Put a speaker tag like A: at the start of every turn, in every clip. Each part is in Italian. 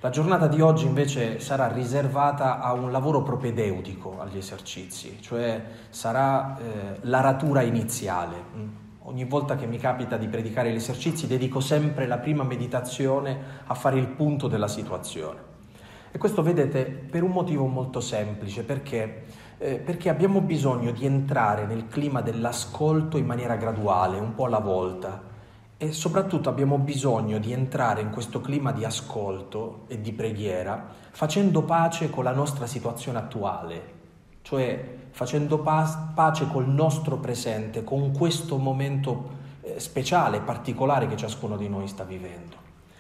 A: La giornata di oggi invece sarà riservata a un lavoro propedeutico agli esercizi, cioè sarà l'aratura iniziale. Ogni volta che mi capita di predicare gli esercizi dedico sempre la prima meditazione a fare il punto della situazione. E questo, vedete, per un motivo molto semplice, perché abbiamo bisogno di entrare nel clima dell'ascolto in maniera graduale, un po' alla volta. E soprattutto abbiamo bisogno di entrare in questo clima di ascolto e di preghiera facendo pace con la nostra situazione attuale, cioè facendo pace col nostro presente, con questo momento speciale, particolare che ciascuno di noi sta vivendo.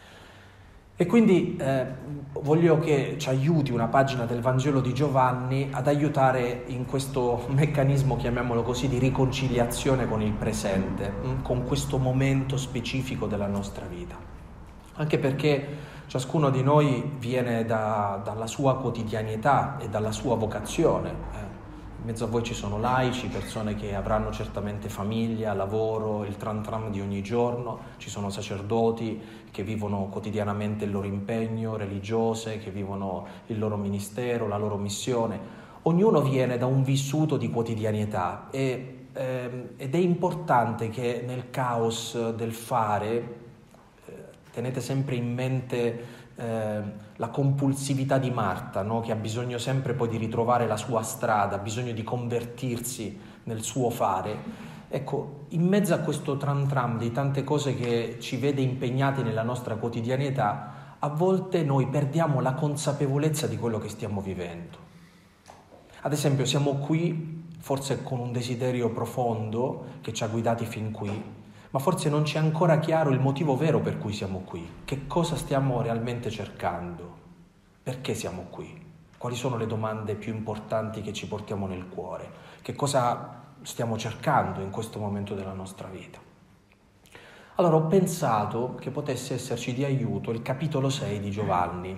A: E quindi voglio che ci aiuti una pagina del Vangelo di Giovanni ad aiutare in questo meccanismo, chiamiamolo così, di riconciliazione con il presente, con questo momento specifico della nostra vita. Anche perché ciascuno di noi viene dalla sua quotidianità e dalla sua vocazione. In mezzo a voi ci sono laici, persone che avranno certamente famiglia, lavoro, il tram tram di ogni giorno, ci sono sacerdoti che vivono quotidianamente il loro impegno, religiose che vivono il loro ministero, la loro missione. Ognuno viene da un vissuto di quotidianità ed è importante che nel caos del fare tenete sempre in mente la compulsività di Marta, no? Che ha bisogno sempre poi di ritrovare la sua strada, ha bisogno di convertirsi nel suo fare. Ecco, in mezzo a questo tram tram di tante cose che ci vede impegnati nella nostra quotidianità, a volte noi perdiamo la consapevolezza di quello che stiamo vivendo. Ad esempio, siamo qui forse con un desiderio profondo che ci ha guidati fin qui, ma forse non c'è ancora chiaro il motivo vero per cui siamo qui. Che cosa stiamo realmente cercando? Perché siamo qui? Quali sono le domande più importanti che ci portiamo nel cuore? Che cosa stiamo cercando in questo momento della nostra vita? Allora ho pensato che potesse esserci di aiuto il capitolo 6 di Giovanni.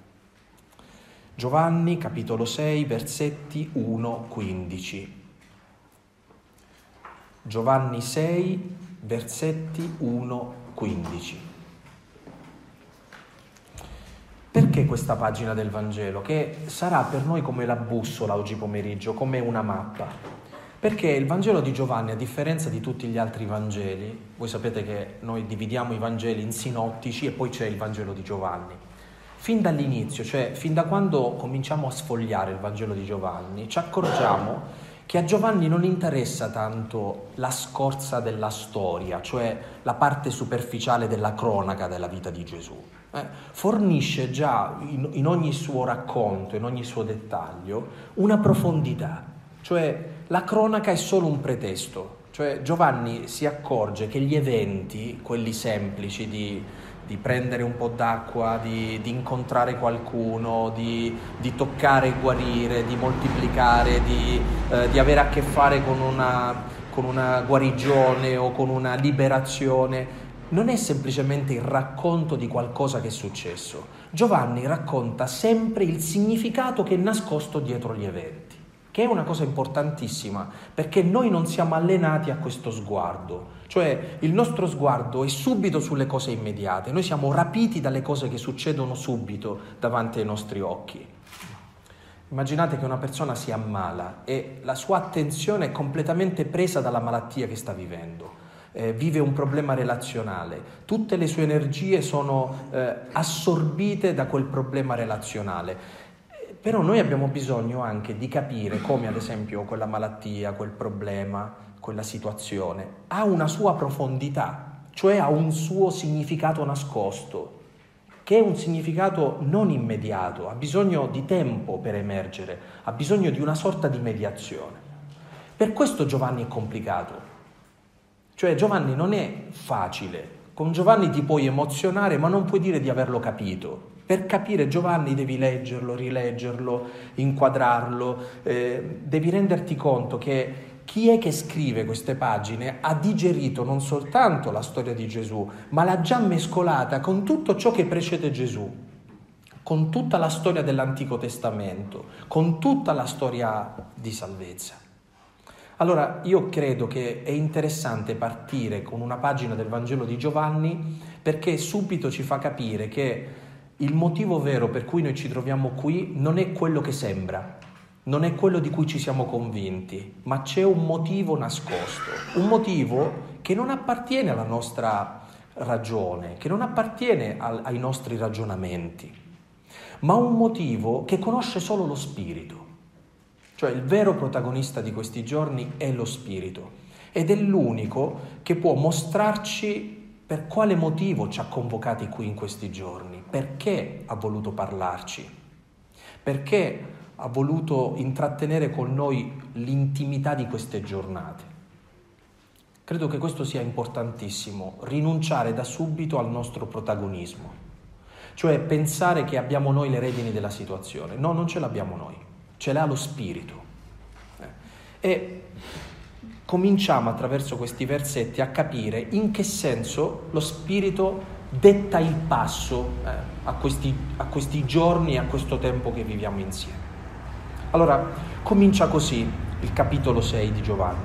A: Giovanni, capitolo 6, versetti 1-15. Giovanni 6, versetti 1-15. Perché questa pagina del Vangelo? Che sarà per noi come la bussola oggi pomeriggio, come una mappa. Perché il Vangelo di Giovanni, a differenza di tutti gli altri Vangeli, voi sapete che noi dividiamo i Vangeli in sinottici e poi c'è il Vangelo di Giovanni. Fin dall'inizio, cioè fin da quando cominciamo a sfogliare il Vangelo di Giovanni, ci accorgiamo che a Giovanni non interessa tanto la scorza della storia, cioè la parte superficiale della cronaca della vita di Gesù. Fornisce già in ogni suo racconto, in ogni suo dettaglio, una profondità, cioè la cronaca è solo un pretesto, cioè Giovanni si accorge che gli eventi, quelli semplici di prendere un po' d'acqua, di incontrare qualcuno, di toccare e guarire, di moltiplicare, di avere a che fare con una guarigione o con una liberazione, non è semplicemente il racconto di qualcosa che è successo. Giovanni racconta sempre il significato che è nascosto dietro gli eventi, che è una cosa importantissima, perché noi non siamo allenati a questo sguardo, cioè il nostro sguardo è subito sulle cose immediate, noi siamo rapiti dalle cose che succedono subito davanti ai nostri occhi. Immaginate che una persona si ammala e la sua attenzione è completamente presa dalla malattia che sta vivendo. Vive un problema relazionale, tutte le sue energie sono assorbite da quel problema relazionale. Però noi abbiamo bisogno anche di capire come, ad esempio, quella malattia, quel problema, quella situazione ha una sua profondità, cioè ha un suo significato nascosto, che è un significato non immediato, ha bisogno di tempo per emergere, ha bisogno di una sorta di mediazione. Per questo Giovanni è complicato. Cioè Giovanni non è facile, con Giovanni ti puoi emozionare ma non puoi dire di averlo capito. Per capire Giovanni devi leggerlo, rileggerlo, inquadrarlo, devi renderti conto che chi è che scrive queste pagine ha digerito non soltanto la storia di Gesù, ma l'ha già mescolata con tutto ciò che precede Gesù, con tutta la storia dell'Antico Testamento, con tutta la storia di salvezza. Allora, io credo che è interessante partire con una pagina del Vangelo di Giovanni perché subito ci fa capire che il motivo vero per cui noi ci troviamo qui non è quello che sembra, non è quello di cui ci siamo convinti, ma c'è un motivo nascosto, un motivo che non appartiene alla nostra ragione, che non appartiene ai nostri ragionamenti, ma un motivo che conosce solo lo Spirito. Cioè il vero protagonista di questi giorni è lo Spirito ed è l'unico che può mostrarci per quale motivo ci ha convocati qui in questi giorni, perché ha voluto parlarci, perché ha voluto intrattenere con noi l'intimità di queste giornate. Credo che questo sia importantissimo, rinunciare da subito al nostro protagonismo, cioè pensare che abbiamo noi le redini della situazione. No, non ce l'abbiamo noi, ce l'ha lo Spirito. E cominciamo attraverso questi versetti a capire in che senso lo Spirito detta il passo a questi giorni e a questo tempo che viviamo insieme. Allora, comincia così il capitolo 6 di Giovanni.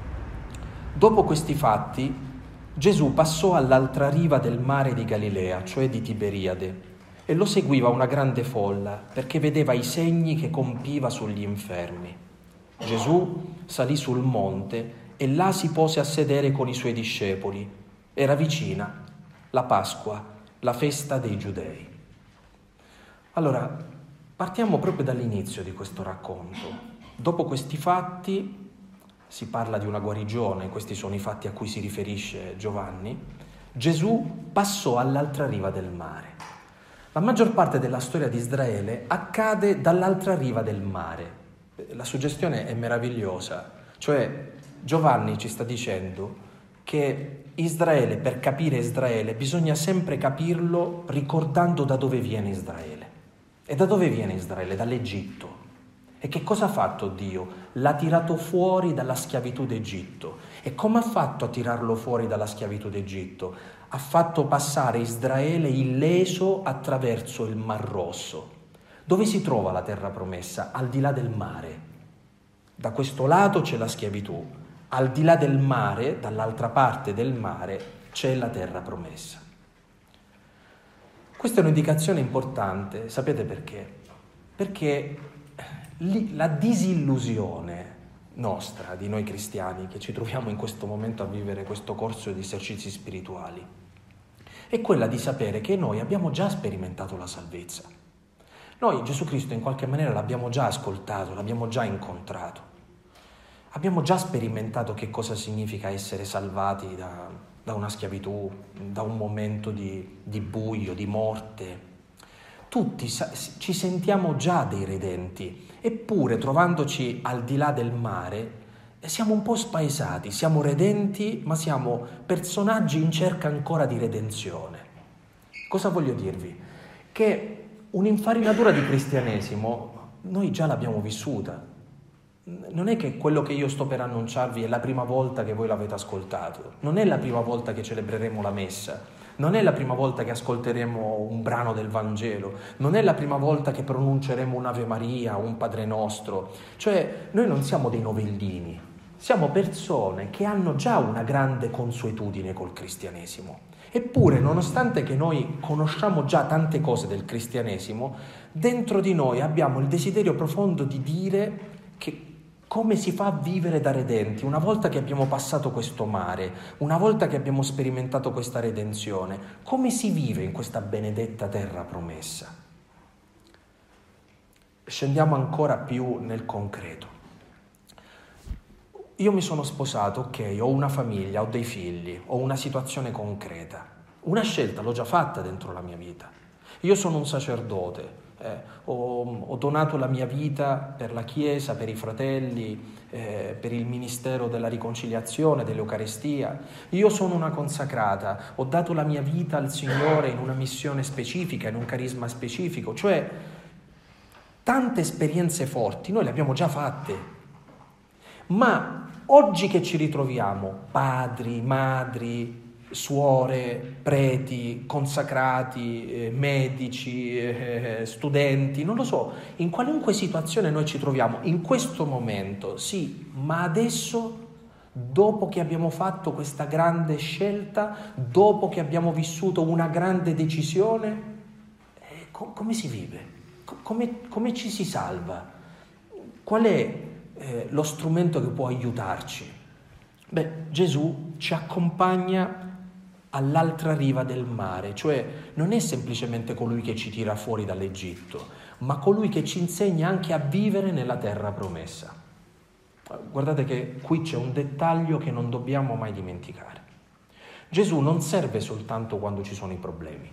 A: Dopo questi fatti, Gesù passò all'altra riva del mare di Galilea, cioè di Tiberiade, e lo seguiva una grande folla, perché vedeva i segni che compiva sugli infermi. Gesù salì sul monte e là si pose a sedere con i suoi discepoli. Era vicina la Pasqua, la festa dei Giudei. Allora, partiamo proprio dall'inizio di questo racconto. Dopo questi fatti si parla di una guarigione, questi sono i fatti a cui si riferisce Giovanni. Gesù passò all'altra riva del mare. La maggior parte della storia di Israele accade dall'altra riva del mare. La suggestione è meravigliosa, cioè Giovanni ci sta dicendo che Israele, per capire Israele, bisogna sempre capirlo ricordando da dove viene Israele. E da dove viene Israele? Dall'Egitto. E che cosa ha fatto Dio? L'ha tirato fuori dalla schiavitù d'Egitto. E come ha fatto a tirarlo fuori dalla schiavitù d'Egitto? Ha fatto passare Israele illeso attraverso il Mar Rosso. Dove si trova la terra promessa? Al di là del mare. Da questo lato c'è la schiavitù, al di là del mare, dall'altra parte del mare, c'è la terra promessa. Questa è un'indicazione importante, sapete perché? Perché la disillusione nostra, di noi cristiani, che ci troviamo in questo momento a vivere questo corso di esercizi spirituali, è quella di sapere che noi abbiamo già sperimentato la salvezza. Noi Gesù Cristo in qualche maniera l'abbiamo già ascoltato, l'abbiamo già incontrato. Abbiamo già sperimentato che cosa significa essere salvati da una schiavitù, da un momento di buio, di morte. Tutti ci sentiamo già dei redenti, eppure trovandoci al di là del mare siamo un po' spaesati, siamo redenti, ma siamo personaggi in cerca ancora di redenzione. Cosa voglio dirvi? Che un'infarinatura di cristianesimo noi già l'abbiamo vissuta. Non è che quello che io sto per annunciarvi è la prima volta che voi l'avete ascoltato, non è la prima volta che celebreremo la messa, non è la prima volta che ascolteremo un brano del Vangelo, non è la prima volta che pronunceremo un'Ave Maria, un Padre Nostro. Cioè noi non siamo dei novellini, siamo persone che hanno già una grande consuetudine col cristianesimo. Eppure, nonostante che noi conosciamo già tante cose del cristianesimo, dentro di noi abbiamo il desiderio profondo di dire che come si fa a vivere da redenti una volta che abbiamo passato questo mare, una volta che abbiamo sperimentato questa redenzione, come si vive in questa benedetta terra promessa? Scendiamo ancora più nel concreto. Io mi sono sposato, ok, ho una famiglia, ho dei figli, ho una situazione concreta. Una scelta l'ho già fatta dentro la mia vita. Io sono un sacerdote, ho donato la mia vita per la Chiesa, per i fratelli, per il ministero della riconciliazione, dell'Eucaristia. Io sono una consacrata, ho dato la mia vita al Signore in una missione specifica, in un carisma specifico. Cioè, tante esperienze forti noi le abbiamo già fatte. Ma oggi che ci ritroviamo, padri, madri, suore, preti, consacrati, medici, studenti, non lo so, in qualunque situazione noi ci troviamo, in questo momento, sì, ma adesso, dopo che abbiamo fatto questa grande scelta, dopo che abbiamo vissuto una grande decisione, come si vive? Come ci si salva? Qual è lo strumento che può aiutarci? Beh, Gesù ci accompagna all'altra riva del mare, cioè non è semplicemente colui che ci tira fuori dall'Egitto, ma colui che ci insegna anche a vivere nella terra promessa. Guardate che qui c'è un dettaglio che non dobbiamo mai dimenticare. Gesù non serve soltanto quando ci sono i problemi.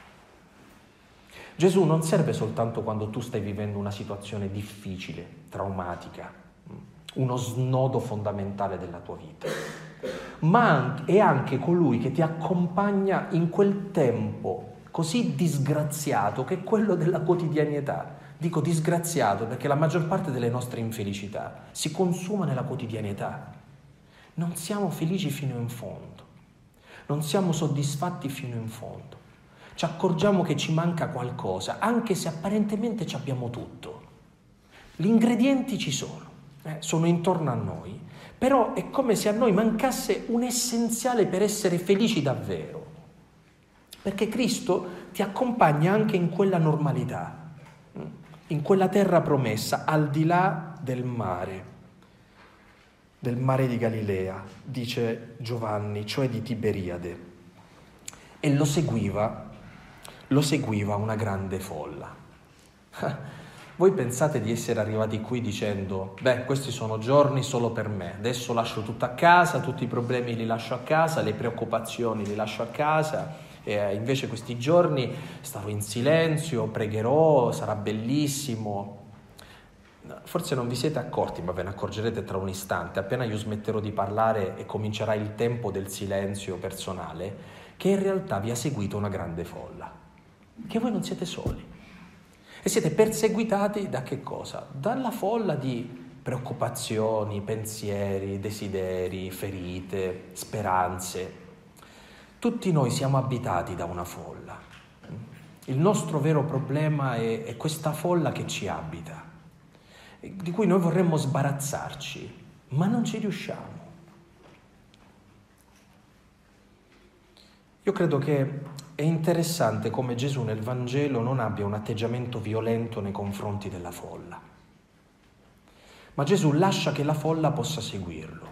A: Gesù non serve soltanto quando tu stai vivendo una situazione difficile, traumatica, uno snodo fondamentale della tua vita, ma è anche colui che ti accompagna in quel tempo così disgraziato che è quello della quotidianità. Dico disgraziato perché la maggior parte delle nostre infelicità si consuma nella quotidianità. Non siamo felici fino in fondo, non siamo soddisfatti fino in fondo. Ci accorgiamo che ci manca qualcosa, anche se apparentemente ci abbiamo tutto. Gli ingredienti ci sono intorno a noi, però è come se a noi mancasse un essenziale per essere felici davvero. Perché Cristo ti accompagna anche in quella normalità, in quella terra promessa, al di là del mare di Galilea, dice Giovanni, cioè di Tiberiade. E lo seguiva una grande folla. Voi pensate di essere arrivati qui dicendo, questi sono giorni solo per me, adesso lascio tutto a casa, tutti i problemi li lascio a casa, le preoccupazioni li lascio a casa, e invece questi giorni starò in silenzio, pregherò, sarà bellissimo. Forse non vi siete accorti, ma ve ne accorgerete tra un istante, appena io smetterò di parlare e comincerà il tempo del silenzio personale, che in realtà vi ha seguito una grande folla, che voi non siete soli. E siete perseguitati da che cosa? Dalla folla di preoccupazioni, pensieri, desideri, ferite, speranze. Tutti noi siamo abitati da una folla. Il nostro vero problema è questa folla che ci abita, di cui noi vorremmo sbarazzarci, ma non ci riusciamo. Io credo che è interessante come Gesù nel Vangelo non abbia un atteggiamento violento nei confronti della folla, ma Gesù lascia che la folla possa seguirlo.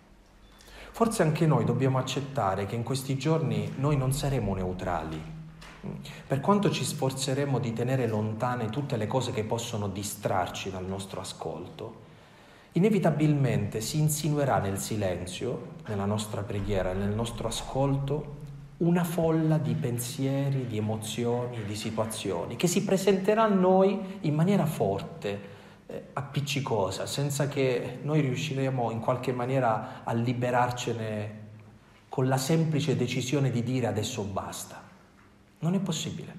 A: Forse anche noi dobbiamo accettare che in questi giorni noi non saremo neutrali, per quanto ci sforzeremo di tenere lontane tutte le cose che possono distrarci dal nostro ascolto. Inevitabilmente si insinuerà nel silenzio, nella nostra preghiera, nel nostro ascolto, una folla di pensieri, di emozioni, di situazioni che si presenterà a noi in maniera forte, appiccicosa, senza che noi riusciremo in qualche maniera a liberarcene con la semplice decisione di dire adesso basta. Non è possibile.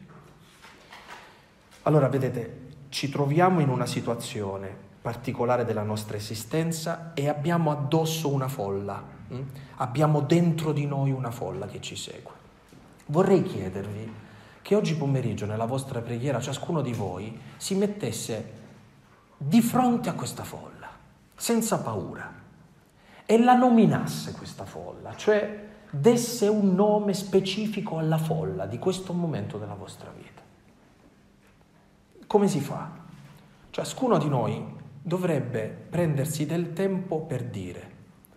A: Allora, vedete, ci troviamo in una situazione particolare della nostra esistenza e abbiamo addosso una folla, abbiamo dentro di noi una folla che ci segue. Vorrei chiedervi che oggi pomeriggio nella vostra preghiera ciascuno di voi si mettesse di fronte a questa folla, senza paura, e la nominasse questa folla, cioè desse un nome specifico alla folla di questo momento della vostra vita. Come si fa? Ciascuno di noi dovrebbe prendersi del tempo per dire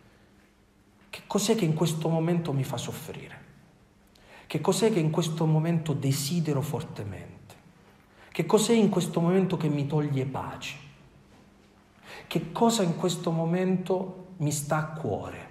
A: che cos'è che in questo momento mi fa soffrire, che cos'è che in questo momento desidero fortemente, che cos'è in questo momento che mi toglie pace, che cosa in questo momento mi sta a cuore,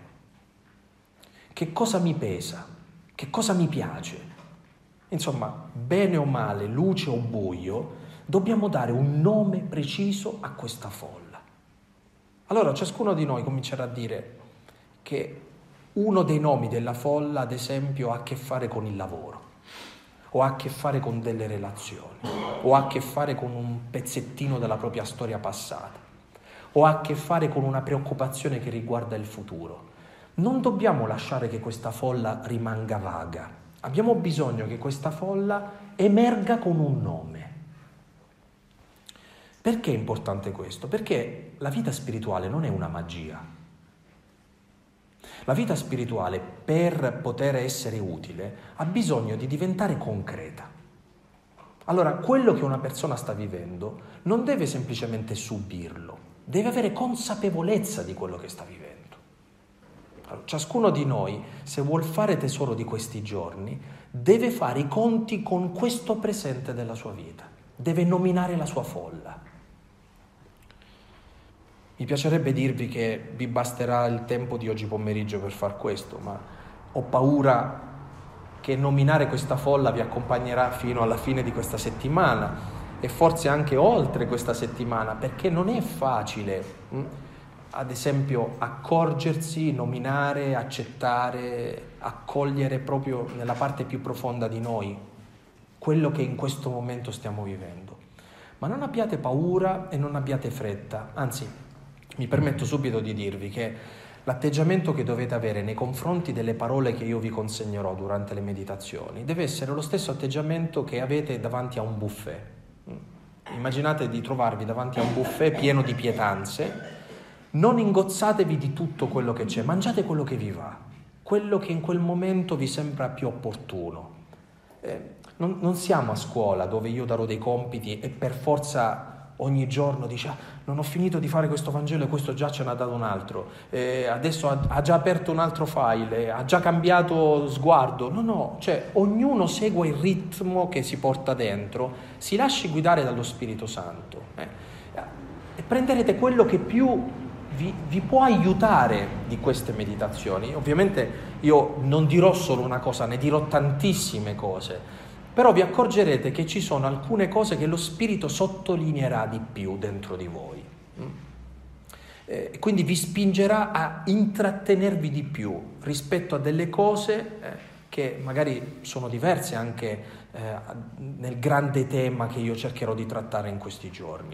A: che cosa mi pesa, che cosa mi piace. Insomma, bene o male, luce o buio, dobbiamo dare un nome preciso a questa folla. Allora ciascuno di noi comincerà a dire che uno dei nomi della folla, ad esempio, ha a che fare con il lavoro, o ha a che fare con delle relazioni, o ha a che fare con un pezzettino della propria storia passata, o ha a che fare con una preoccupazione che riguarda il futuro. Non dobbiamo lasciare che questa folla rimanga vaga. Abbiamo bisogno che questa folla emerga con un nome. Perché è importante questo? Perché la vita spirituale non è una magia. La vita spirituale, per poter essere utile, ha bisogno di diventare concreta. Allora, quello che una persona sta vivendo non deve semplicemente subirlo, deve avere consapevolezza di quello che sta vivendo. Allora, ciascuno di noi, se vuol fare tesoro di questi giorni, deve fare i conti con questo presente della sua vita, deve nominare la sua folla. Mi piacerebbe dirvi che vi basterà il tempo di oggi pomeriggio per far questo, ma ho paura che nominare questa folla vi accompagnerà fino alla fine di questa settimana e forse anche oltre questa settimana, perché non è facile, ad esempio, accorgersi, nominare, accettare, accogliere proprio nella parte più profonda di noi quello che in questo momento stiamo vivendo. Ma non abbiate paura e non abbiate fretta, anzi, mi permetto subito di dirvi che l'atteggiamento che dovete avere nei confronti delle parole che io vi consegnerò durante le meditazioni deve essere lo stesso atteggiamento che avete davanti a un buffet. Immaginate di trovarvi davanti a un buffet pieno di pietanze, non ingozzatevi di tutto quello che c'è, mangiate quello che vi va, quello che in quel momento vi sembra più opportuno. Non siamo a scuola dove io darò dei compiti e per forza ogni giorno dice non ho finito di fare questo Vangelo e questo già ce n'ha dato un altro, adesso ha già aperto un altro file, ha già cambiato sguardo. No, cioè ognuno segua il ritmo che si porta dentro, si lasci guidare dallo Spirito Santo e prenderete quello che più vi può aiutare di queste meditazioni. Ovviamente io non dirò solo una cosa, ne dirò tantissime cose, però vi accorgerete che ci sono alcune cose che lo Spirito sottolineerà di più dentro di voi. Quindi vi spingerà a intrattenervi di più rispetto a delle cose che magari sono diverse anche nel grande tema che io cercherò di trattare in questi giorni.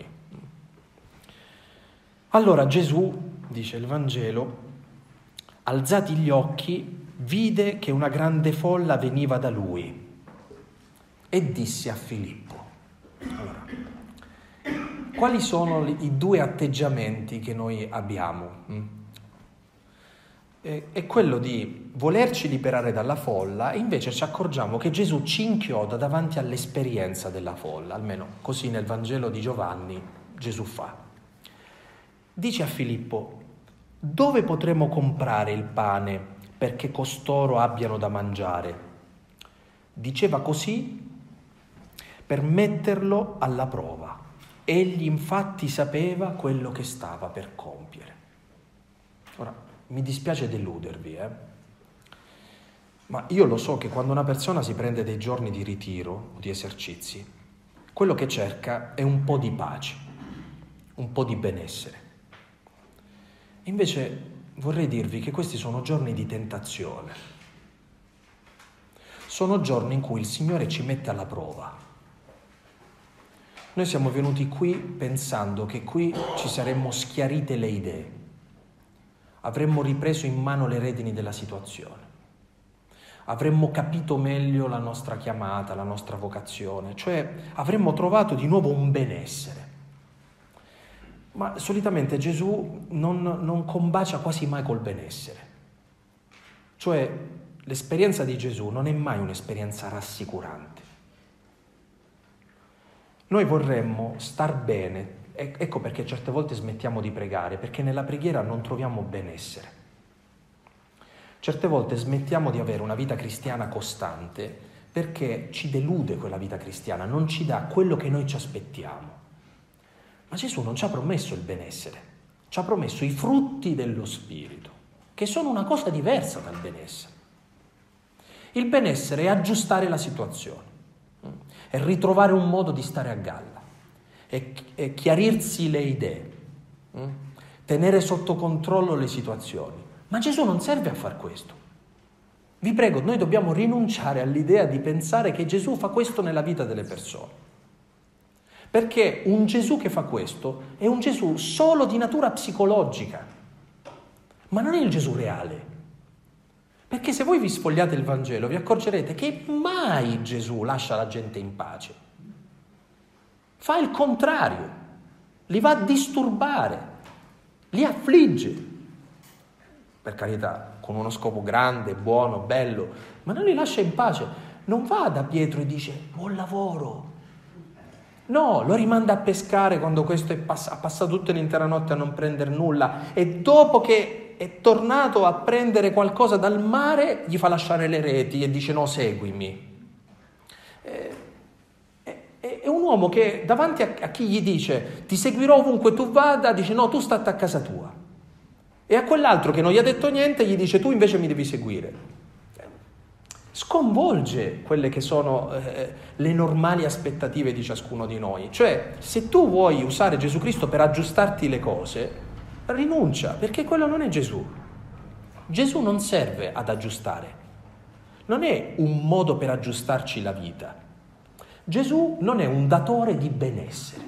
A: Allora Gesù, dice il Vangelo, alzati gli occhi, vide che una grande folla veniva da lui e disse a Filippo. Allora, quali sono i due atteggiamenti che noi abbiamo? È quello di volerci liberare dalla folla e invece ci accorgiamo che Gesù ci inchioda davanti all'esperienza della folla, almeno così nel Vangelo di Giovanni Gesù fa. Dice a Filippo, dove potremo comprare il pane perché costoro abbiano da mangiare? Diceva così per metterlo alla prova. Egli infatti sapeva quello che stava per compiere. Ora, mi dispiace deludervi, ma io lo so che quando una persona si prende dei giorni di ritiro o di esercizi, quello che cerca è un po' di pace, un po' di benessere. Invece vorrei dirvi che questi sono giorni di tentazione. Sono giorni in cui il Signore ci mette alla prova. Noi siamo venuti qui pensando che qui ci saremmo schiarite le idee, avremmo ripreso in mano le redini della situazione, avremmo capito meglio la nostra chiamata, la nostra vocazione, cioè avremmo trovato di nuovo un benessere. Ma solitamente Gesù non combacia quasi mai col benessere. Cioè l'esperienza di Gesù non è mai un'esperienza rassicurante. Noi vorremmo star bene, ecco perché certe volte smettiamo di pregare, perché nella preghiera non troviamo benessere. Certe volte smettiamo di avere una vita cristiana costante perché ci delude quella vita cristiana, non ci dà quello che noi ci aspettiamo. Ma Gesù non ci ha promesso il benessere, ci ha promesso i frutti dello Spirito, che sono una cosa diversa dal benessere. Il benessere è aggiustare la situazione, è ritrovare un modo di stare a galla, è chiarirsi le idee, tenere sotto controllo le situazioni. Ma Gesù non serve a far questo. Vi prego, noi dobbiamo rinunciare all'idea di pensare che Gesù fa questo nella vita delle persone. Perché un Gesù che fa questo è un Gesù solo di natura psicologica, ma non è il Gesù reale. Perché se voi vi sfogliate il Vangelo vi accorgerete che mai Gesù lascia la gente in pace. Fa il contrario, li va a disturbare, li affligge. Per carità, con uno scopo grande, buono, bello, ma non li lascia in pace. Non va da Pietro e dice buon lavoro, No, lo rimanda a pescare quando questo ha passato tutta l'intera notte a non prendere nulla e dopo che è tornato a prendere qualcosa dal mare gli fa lasciare le reti e dice no, seguimi. È un uomo che davanti a chi gli dice ti seguirò ovunque tu vada, dice no, tu state a casa tua. E a quell'altro che non gli ha detto niente gli dice tu invece mi devi seguire. Sconvolge quelle che sono le normali aspettative di ciascuno di noi. Cioè, se tu vuoi usare Gesù Cristo per aggiustarti le cose, rinuncia, perché quello non è Gesù. Gesù non serve ad aggiustare. Non è un modo per aggiustarci la vita. Gesù non è un datore di benessere.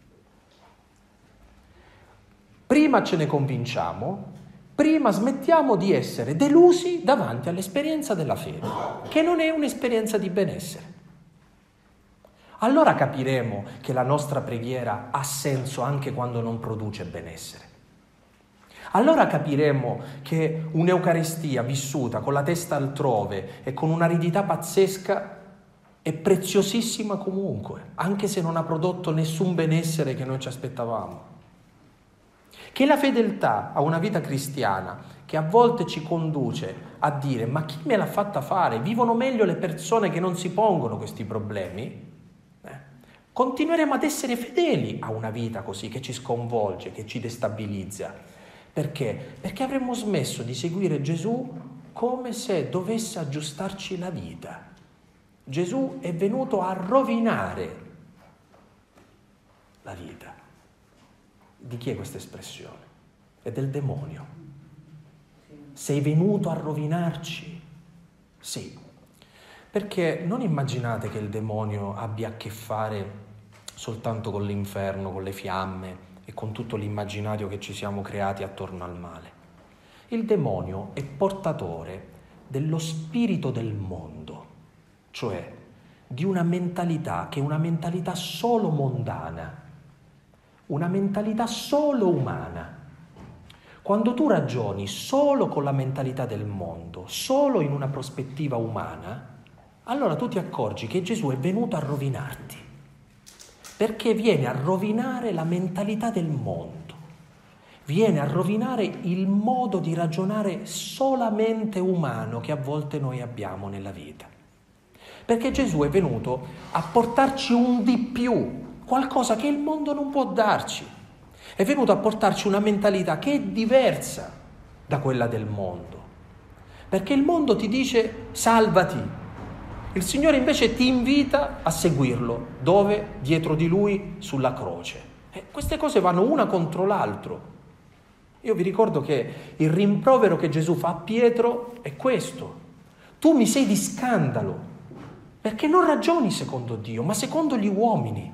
A: Prima ce ne convinciamo, prima smettiamo di essere delusi davanti all'esperienza della fede, che non è un'esperienza di benessere. Allora capiremo che la nostra preghiera ha senso anche quando non produce benessere. Allora capiremo che un'Eucaristia vissuta con la testa altrove e con un'aridità pazzesca è preziosissima comunque, anche se non ha prodotto nessun benessere che noi ci aspettavamo. Che la fedeltà a una vita cristiana, che a volte ci conduce a dire ma chi me l'ha fatta fare? Vivono meglio le persone che non si pongono questi problemi? Continueremo ad essere fedeli a una vita così che ci sconvolge, che ci destabilizza. Perché? Perché avremmo smesso di seguire Gesù come se dovesse aggiustarci la vita. Gesù è venuto a rovinare la vita. Di chi è questa espressione? È del demonio. Sei venuto a rovinarci? Sì. Perché non immaginate che il demonio abbia a che fare soltanto con l'inferno, con le fiamme e con tutto l'immaginario che ci siamo creati attorno al male. Il demonio è portatore dello spirito del mondo, cioè di una mentalità che è una mentalità solo mondana, una mentalità solo umana. Quando tu ragioni solo con la mentalità del mondo, solo in una prospettiva umana, allora tu ti accorgi che Gesù è venuto a rovinarti, perché viene a rovinare la mentalità del mondo, viene a rovinare il modo di ragionare solamente umano che a volte noi abbiamo nella vita. Perché Gesù è venuto a portarci un di più, qualcosa che il mondo non può darci. È venuto a portarci una mentalità che è diversa da quella del mondo. Perché il mondo ti dice salvati. Il Signore invece ti invita a seguirlo. Dove? Dietro di Lui, sulla croce. E queste cose vanno una contro l'altro. Io vi ricordo che il rimprovero che Gesù fa a Pietro è questo. Tu mi sei di scandalo, perché non ragioni secondo Dio, ma secondo gli uomini.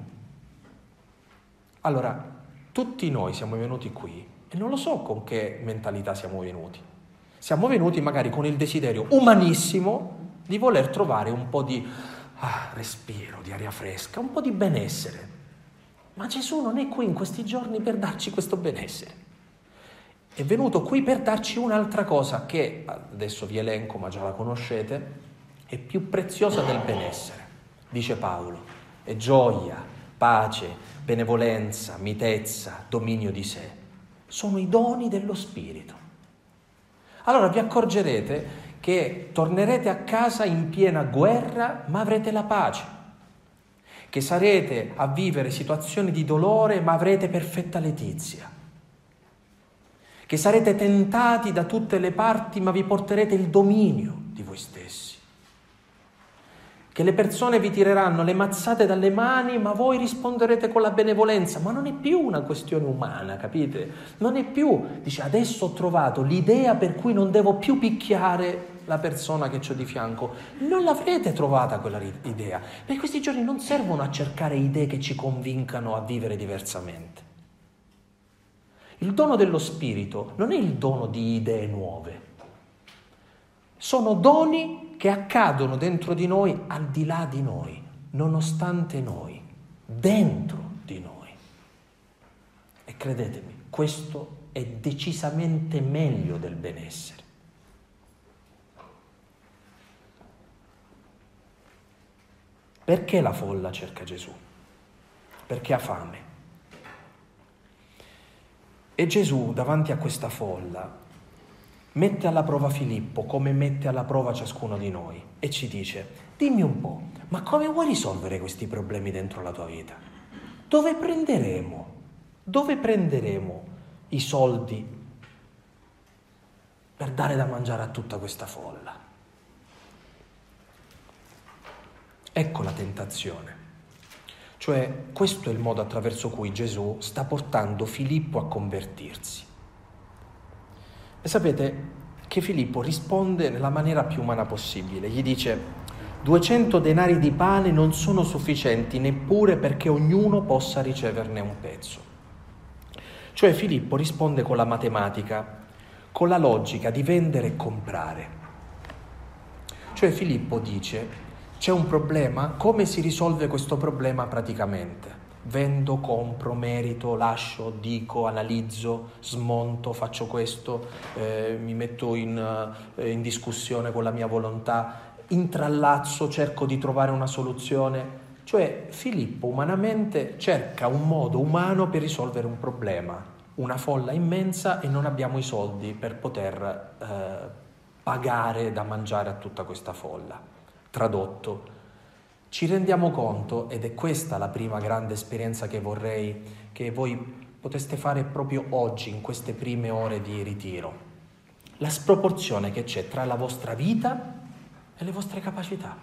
A: Allora, tutti noi siamo venuti qui e non lo so con che mentalità siamo venuti. Siamo venuti magari con il desiderio umanissimo di voler trovare un po' di respiro, di aria fresca, un po' di benessere. Ma Gesù non è qui in questi giorni per darci questo benessere. È venuto qui per darci un'altra cosa che, adesso vi elenco ma già la conoscete, è più preziosa del benessere. Dice Paolo, è gioia, pace, benevolenza, mitezza, dominio di sé. Sono i doni dello Spirito. Allora vi accorgerete che tornerete a casa in piena guerra, ma avrete la pace. Che sarete a vivere situazioni di dolore, ma avrete perfetta letizia. Che sarete tentati da tutte le parti, ma vi porterete il dominio di voi stessi. Che le persone vi tireranno le mazzate dalle mani, ma voi risponderete con la benevolenza. Ma non è più una questione umana, capite? Non è più, dice, adesso ho trovato l'idea per cui non devo più picchiare la persona che ho di fianco. Non l'avrete trovata quella idea. Per questi giorni non servono a cercare idee che ci convincano a vivere diversamente. Il dono dello Spirito non è il dono di idee nuove. Sono doni che accadono dentro di noi, al di là di noi, nonostante noi, dentro di noi. E credetemi, questo è decisamente meglio del benessere. Perché la folla cerca Gesù? perché ha fame. E Gesù, davanti a questa folla, mette alla prova Filippo come mette alla prova ciascuno di noi e ci dice: dimmi un po', ma come vuoi risolvere questi problemi dentro la tua vita? Dove prenderemo i soldi per dare da mangiare a tutta questa folla? Ecco la tentazione. Cioè, questo è il modo attraverso cui Gesù sta portando Filippo a convertirsi. E sapete che Filippo risponde nella maniera più umana possibile. Gli dice: 200 denari di pane non sono sufficienti neppure perché ognuno possa riceverne un pezzo. Cioè Filippo risponde con la matematica, con la logica di vendere e comprare. Cioè Filippo dice: c'è un problema, come si risolve questo problema praticamente? Vendo, compro, merito, lascio, dico, analizzo, smonto, faccio questo, mi metto in discussione con la mia volontà, intrallazzo, cerco di trovare una soluzione. Cioè Filippo umanamente cerca un modo umano per risolvere un problema, una folla immensa e non abbiamo i soldi per poter pagare da mangiare a tutta questa folla. Tradotto, ci rendiamo conto, ed è questa la prima grande esperienza che vorrei che voi poteste fare proprio oggi, in queste prime ore di ritiro, la sproporzione che c'è tra la vostra vita e le vostre capacità.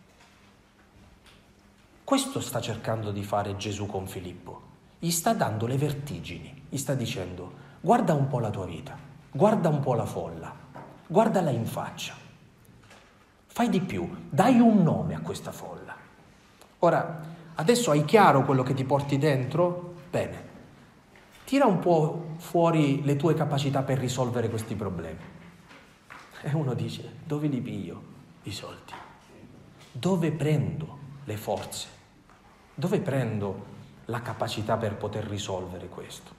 A: Questo sta cercando di fare Gesù con Filippo. Gli sta dando le vertigini, gli sta dicendo: guarda un po' la tua vita, guarda un po' la folla, guardala in faccia. Fai di più, dai un nome a questa folla. Ora, adesso hai chiaro quello che ti porti dentro? Bene, tira un po' fuori le tue capacità per risolvere questi problemi. E uno dice: dove li piglio i soldi? Dove prendo le forze? Dove prendo la capacità per poter risolvere questo?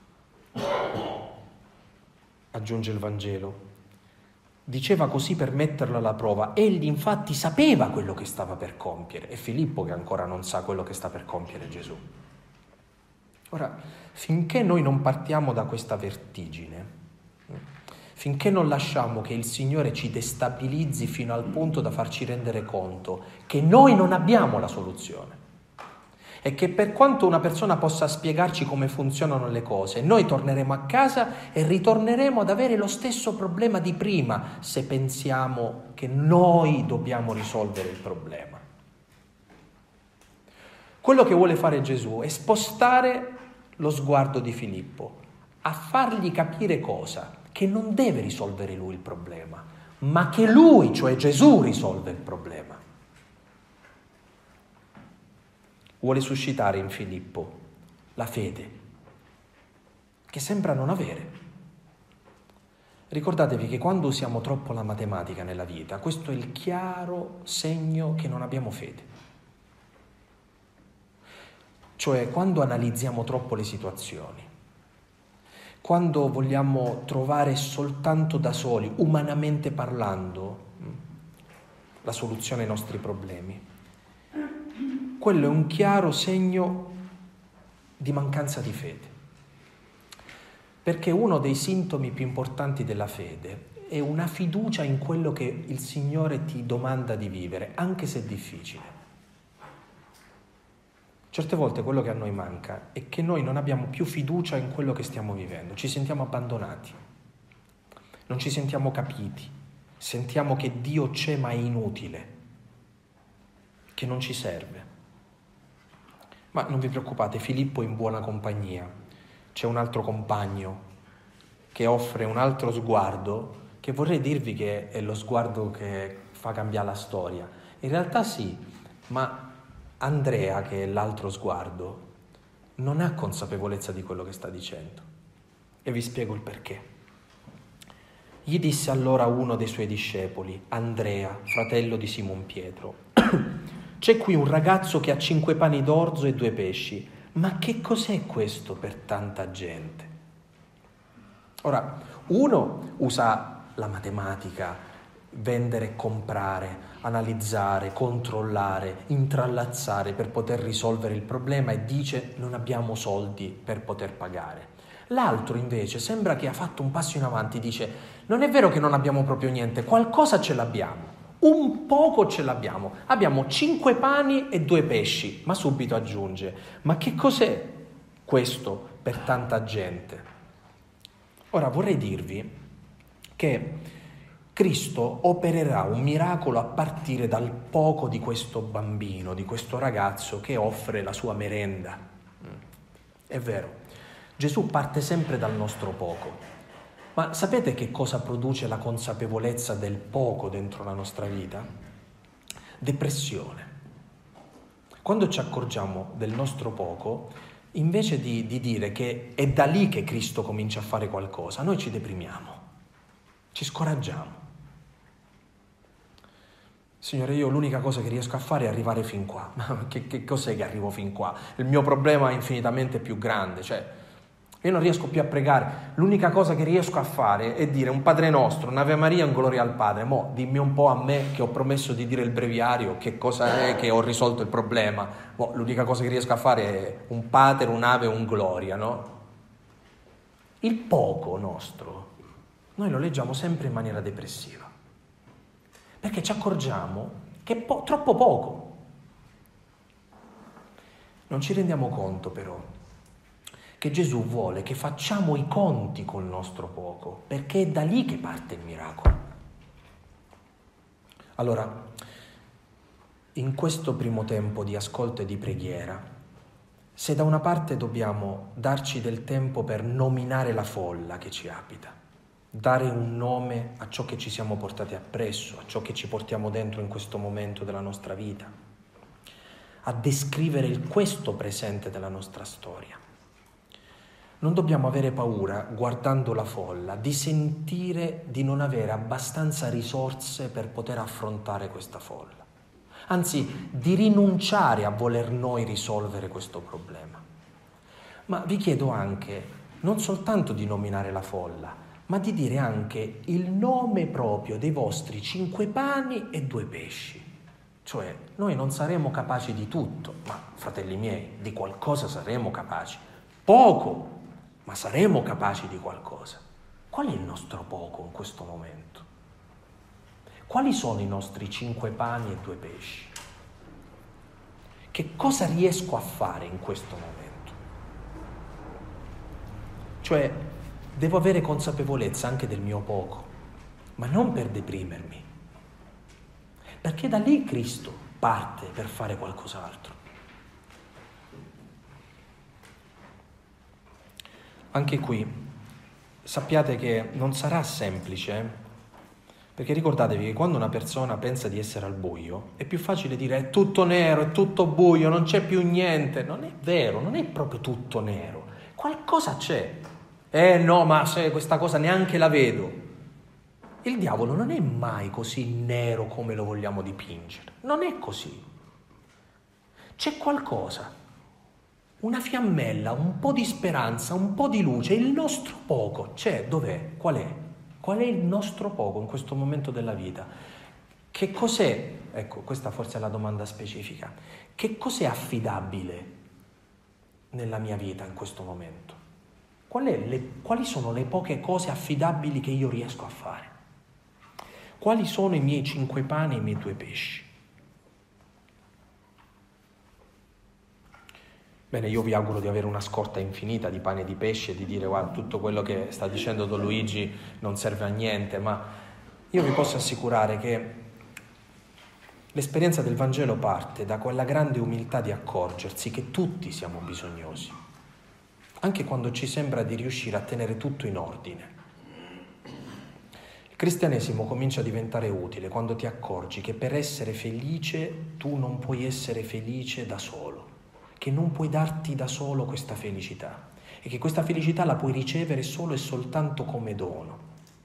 A: Aggiunge il Vangelo. Diceva così per metterlo alla prova. Egli infatti sapeva quello che stava per compiere. È Filippo che ancora non sa quello che sta per compiere Gesù. Ora, finché noi non partiamo da questa vertigine, finché non lasciamo che il Signore ci destabilizzi fino al punto da farci rendere conto che noi non abbiamo la soluzione e che per quanto una persona possa spiegarci come funzionano le cose, noi torneremo a casa e ritorneremo ad avere lo stesso problema di prima se pensiamo che noi dobbiamo risolvere il problema. Quello che vuole fare Gesù è spostare lo sguardo di Filippo, a fargli capire cosa? Che non deve risolvere lui il problema, ma che lui, cioè Gesù, risolve il problema. Vuole suscitare in Filippo la fede, che sembra non avere. Ricordatevi che quando usiamo troppo la matematica nella vita, questo è il chiaro segno che non abbiamo fede. Cioè, quando analizziamo troppo le situazioni, quando vogliamo trovare soltanto da soli, umanamente parlando, la soluzione ai nostri problemi, quello è un chiaro segno di mancanza di fede. Perché uno dei sintomi più importanti della fede è una fiducia in quello che il Signore ti domanda di vivere, anche se è difficile. Certe volte quello che a noi manca è che noi non abbiamo più fiducia in quello che stiamo vivendo, ci sentiamo abbandonati, non ci sentiamo capiti, sentiamo che Dio c'è ma è inutile, che non ci serve. Ma non vi preoccupate, Filippo è in buona compagnia. C'è un altro compagno che offre un altro sguardo, che vorrei dirvi che è lo sguardo che fa cambiare la storia. In realtà sì, ma Andrea, che è l'altro sguardo, non ha consapevolezza di quello che sta dicendo. E vi spiego il perché. Gli disse allora uno dei suoi discepoli, Andrea, fratello di Simon Pietro: c'è qui un ragazzo che ha 5 pani d'orzo e 2 pesci. Ma che cos'è questo per tanta gente? Ora, uno usa la matematica vendere e comprare, analizzare, controllare, intrallazzare per poter risolvere il problema e dice non abbiamo soldi per poter pagare. L'altro invece sembra che ha fatto un passo in avanti, dice non è vero che non abbiamo proprio niente, qualcosa ce l'abbiamo, un poco ce l'abbiamo, abbiamo 5 pani e 2 pesci, ma subito aggiunge, ma che cos'è questo per tanta gente? Ora vorrei dirvi che Cristo opererà un miracolo a partire dal poco di questo bambino, di questo ragazzo che offre la sua merenda. È vero, Gesù parte sempre dal nostro poco, ma sapete che cosa produce la consapevolezza del poco dentro la nostra vita? Depressione. Quando ci accorgiamo del nostro poco, invece di dire che è da lì che Cristo comincia a fare qualcosa, noi ci deprimiamo, ci scoraggiamo. Signore, io l'unica cosa che riesco a fare è arrivare fin qua. Ma che cos'è che arrivo fin qua? Il mio problema è infinitamente più grande, cioè io non riesco più a pregare. L'unica cosa che riesco a fare è dire un Padre Nostro, un'Ave Maria, un Gloria al Padre. Mo, dimmi un po' a me che ho promesso di dire il breviario, che cosa è che ho risolto il problema. Mo, l'unica cosa che riesco a fare è un Pater, un'Ave, un Gloria, no? Il poco nostro, noi lo leggiamo sempre in maniera depressiva. Perché ci accorgiamo che è troppo poco. Non ci rendiamo conto però che Gesù vuole che facciamo i conti col nostro poco, perché è da lì che parte il miracolo. Allora, in questo primo tempo di ascolto e di preghiera, se da una parte dobbiamo darci del tempo per nominare la folla che ci abita, dare un nome a ciò che ci siamo portati appresso, a ciò che ci portiamo dentro in questo momento della nostra vita, a descrivere il questo presente della nostra storia. Non dobbiamo avere paura, guardando la folla, di sentire di non avere abbastanza risorse per poter affrontare questa folla. Anzi, di rinunciare a voler noi risolvere questo problema. Ma vi chiedo anche, non soltanto di nominare la folla, ma di dire anche il nome proprio dei vostri 5 pani e 2 pesci. Cioè, noi non saremo capaci di tutto, ma, fratelli miei, di qualcosa saremo capaci. Poco, ma saremo capaci di qualcosa. Qual è il nostro poco in questo momento? Quali sono i nostri 5 pani e 2 pesci? Che cosa riesco a fare in questo momento? Cioè, devo avere consapevolezza anche del mio poco, ma non per deprimermi, perché da lì Cristo parte per fare qualcos'altro. Anche qui sappiate che non sarà semplice, perché ricordatevi che quando una persona pensa di essere al buio è più facile dire è tutto nero, è tutto buio, non c'è più niente. Non è vero, non è proprio tutto nero, qualcosa c'è. No, ma se questa cosa neanche la vedo. Il diavolo non è mai così nero come lo vogliamo dipingere, non è così. C'è qualcosa, una fiammella, un po' di speranza, un po' di luce, il nostro poco c'è, dov'è? Qual è? Qual è il nostro poco in questo momento della vita? Che cos'è? Ecco, questa forse è la domanda specifica. Che cos'è affidabile nella mia vita in questo momento? Quali sono le poche cose affidabili che io riesco a fare? Quali sono i miei 5 pani e i miei 2 pesci? Bene, io vi auguro di avere una scorta infinita di pane e di pesce e di dire guarda, tutto quello che sta dicendo Don Luigi non serve a niente, ma io vi posso assicurare che l'esperienza del Vangelo parte da quella grande umiltà di accorgersi che tutti siamo bisognosi, anche quando ci sembra di riuscire a tenere tutto in ordine. Il cristianesimo comincia a diventare utile quando ti accorgi che per essere felice tu non puoi essere felice da solo, che non puoi darti da solo questa felicità e che questa felicità la puoi ricevere solo e soltanto come dono.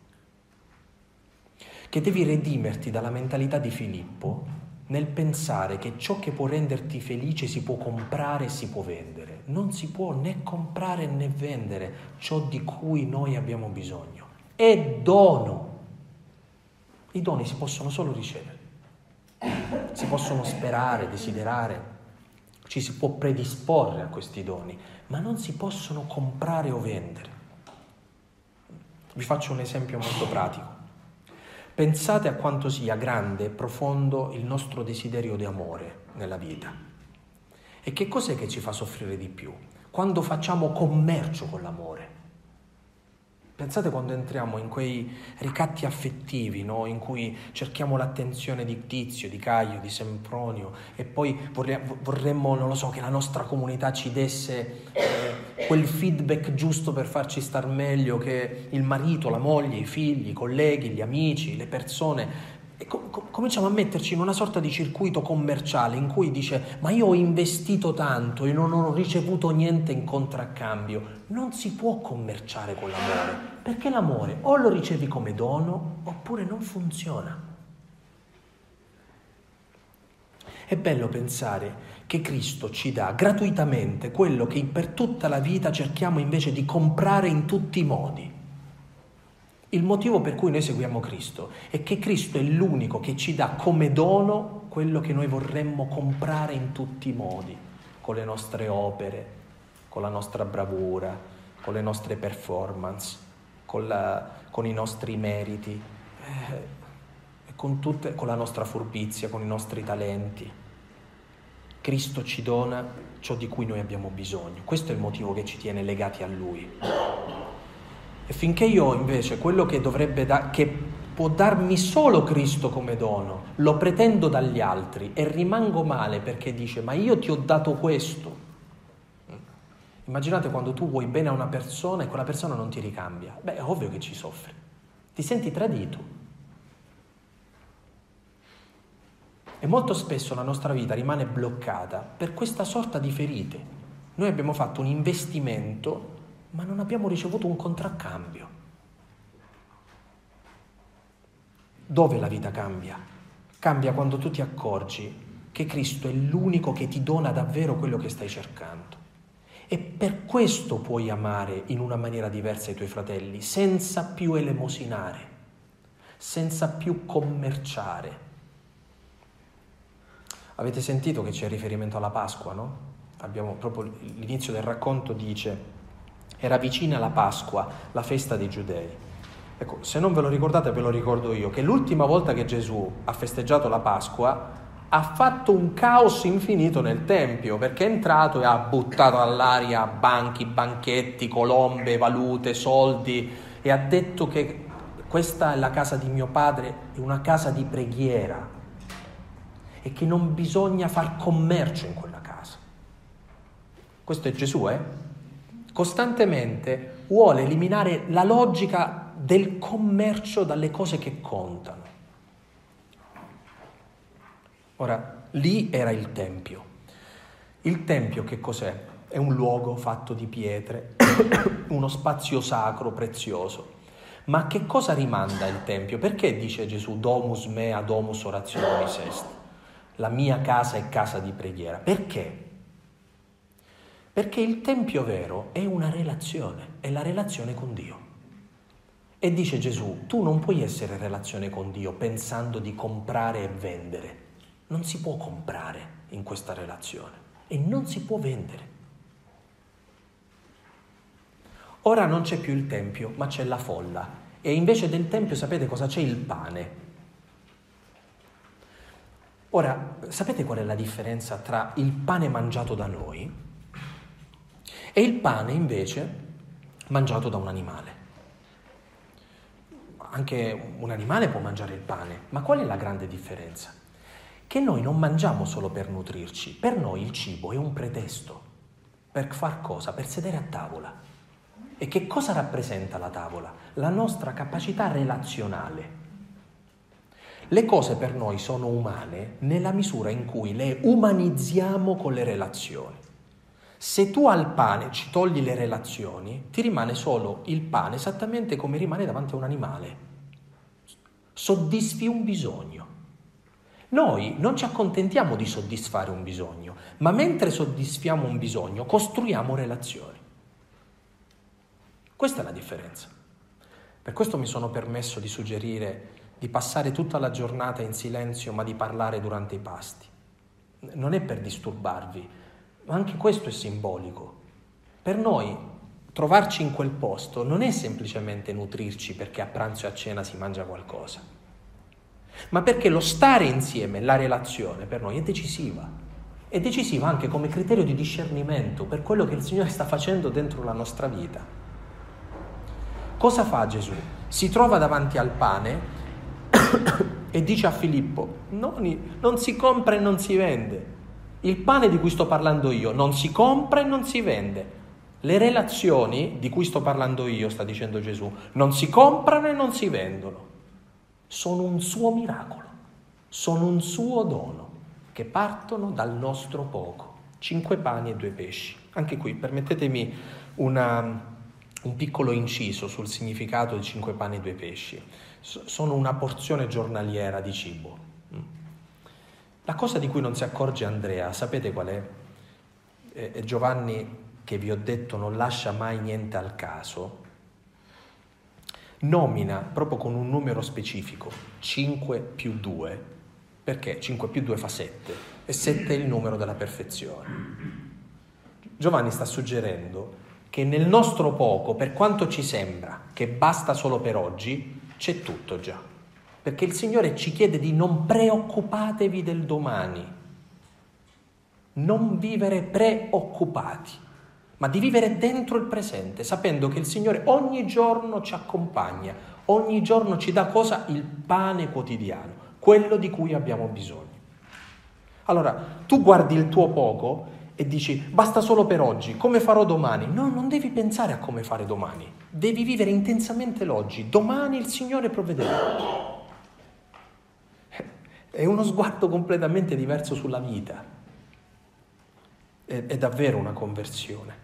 A: Che devi redimerti dalla mentalità di Filippo nel pensare che ciò che può renderti felice si può comprare e si può vendere. Non si può né comprare né vendere ciò di cui noi abbiamo bisogno. È dono. I doni si possono solo ricevere, si possono sperare, desiderare, ci si può predisporre a questi doni, ma non si possono comprare o vendere. Vi faccio un esempio molto pratico. Pensate a quanto sia grande e profondo il nostro desiderio di amore nella vita. E che cos'è che ci fa soffrire di più? Quando facciamo commercio con l'amore. Pensate quando entriamo in quei ricatti affettivi, no? In cui cerchiamo l'attenzione di Tizio, di Caio, di Sempronio e poi vorremmo, non lo so, che la nostra comunità ci desse quel feedback giusto per farci star meglio, che il marito, la moglie, i figli, i colleghi, gli amici, le persone. E cominciamo a metterci in una sorta di circuito commerciale in cui dice: ma io ho investito tanto e non ho ricevuto niente in contraccambio. Non si può commerciare con l'amore, perché l'amore o lo ricevi come dono oppure non funziona. È bello pensare che Cristo ci dà gratuitamente quello che per tutta la vita cerchiamo invece di comprare in tutti i modi. Il motivo per cui noi seguiamo Cristo è che Cristo è l'unico che ci dà come dono quello che noi vorremmo comprare in tutti i modi, con le nostre opere, con la nostra bravura, con le nostre performance, con i nostri meriti, con la nostra furbizia, con i nostri talenti. Cristo ci dona ciò di cui noi abbiamo bisogno. Questo è il motivo che ci tiene legati a Lui. E finché io invece quello che che può darmi solo Cristo come dono, lo pretendo dagli altri e rimango male perché dice: ma io ti ho dato questo. Immaginate quando tu vuoi bene a una persona e quella persona non ti ricambia. Beh, è ovvio che ci soffri. Ti senti tradito. E molto spesso la nostra vita rimane bloccata per questa sorta di ferite. Noi abbiamo fatto un investimento ma non abbiamo ricevuto un contraccambio. Dove la vita cambia? Cambia quando tu ti accorgi che Cristo è l'unico che ti dona davvero quello che stai cercando. E per questo puoi amare in una maniera diversa i tuoi fratelli, senza più elemosinare, senza più commerciare. Avete sentito che c'è riferimento alla Pasqua, no? Abbiamo proprio l'inizio del racconto dice: era vicina la Pasqua, la festa dei Giudei. Ecco, se non ve lo ricordate ve lo ricordo io, che l'ultima volta che Gesù ha festeggiato la Pasqua ha fatto un caos infinito nel Tempio, perché è entrato e ha buttato all'aria banchi, banchetti, colombe, valute, soldi e ha detto che questa è la casa di mio padre, è una casa di preghiera e che non bisogna far commercio in quella casa. Questo è Gesù, Costantemente vuole eliminare la logica del commercio dalle cose che contano. Ora, lì era il Tempio. Il Tempio che cos'è? È un luogo fatto di pietre, uno spazio sacro, prezioso. Ma che cosa rimanda il Tempio? Perché dice Gesù domus mea, domus orationis est? La mia casa è casa di preghiera. Perché? Perché il Tempio vero è una relazione, è la relazione con Dio. E dice Gesù, tu non puoi essere in relazione con Dio pensando di comprare e vendere. Non si può comprare in questa relazione e non si può vendere. Ora non c'è più il Tempio, ma c'è la folla. E invece del Tempio sapete cosa c'è? Il pane. Ora, sapete qual è la differenza tra il pane mangiato da noi e il pane invece mangiato da un animale? Anche un animale può mangiare il pane, ma qual è la grande differenza? Che noi non mangiamo solo per nutrirci, per noi il cibo è un pretesto. Per far cosa? Per sedere a tavola. E che cosa rappresenta la tavola? La nostra capacità relazionale. Le cose per noi sono umane nella misura in cui le umanizziamo con le relazioni. Se tu al pane ci togli le relazioni, ti rimane solo il pane esattamente come rimane davanti a un animale. Soddisfi un bisogno. Noi non ci accontentiamo di soddisfare un bisogno, ma mentre soddisfiamo un bisogno costruiamo relazioni. Questa è la differenza. Per questo mi sono permesso di suggerire di passare tutta la giornata in silenzio, ma di parlare durante i pasti. Non è per disturbarvi, ma anche questo è simbolico. Per noi trovarci in quel posto non è semplicemente nutrirci perché a pranzo e a cena si mangia qualcosa, ma perché lo stare insieme, la relazione per noi è decisiva. È decisiva anche come criterio di discernimento per quello che il Signore sta facendo dentro la nostra vita. Cosa fa Gesù? Si trova davanti al pane e dice a Filippo: non si compra e non si vende. Il pane di cui sto parlando io non si compra e non si vende. Le relazioni di cui sto parlando io, sta dicendo Gesù, non si comprano e non si vendono. Sono un suo miracolo, sono un suo dono, che partono dal nostro poco. 5 pani e 2 pesci. Anche qui, permettetemi un piccolo inciso sul significato di 5 pani e 2 pesci. Sono una porzione giornaliera di cibo. La cosa di cui non si accorge Andrea, sapete qual è? Giovanni, che vi ho detto non lascia mai niente al caso, nomina proprio con un numero specifico 5 più 2, perché 5 più 2 fa 7 e 7 è il numero della perfezione. Giovanni sta suggerendo che nel nostro poco, per quanto ci sembra che basta solo per oggi, c'è tutto già, perché il Signore ci chiede di non preoccupatevi del domani, non vivere preoccupati, ma di vivere dentro il presente, sapendo che il Signore ogni giorno ci accompagna, ogni giorno ci dà cosa? Il pane quotidiano, quello di cui abbiamo bisogno. Allora, tu guardi il tuo poco e dici: basta solo per oggi, come farò domani? No, non devi pensare a come fare domani, devi vivere intensamente l'oggi. Domani il Signore provvederà. È uno sguardo completamente diverso sulla vita. È davvero una conversione.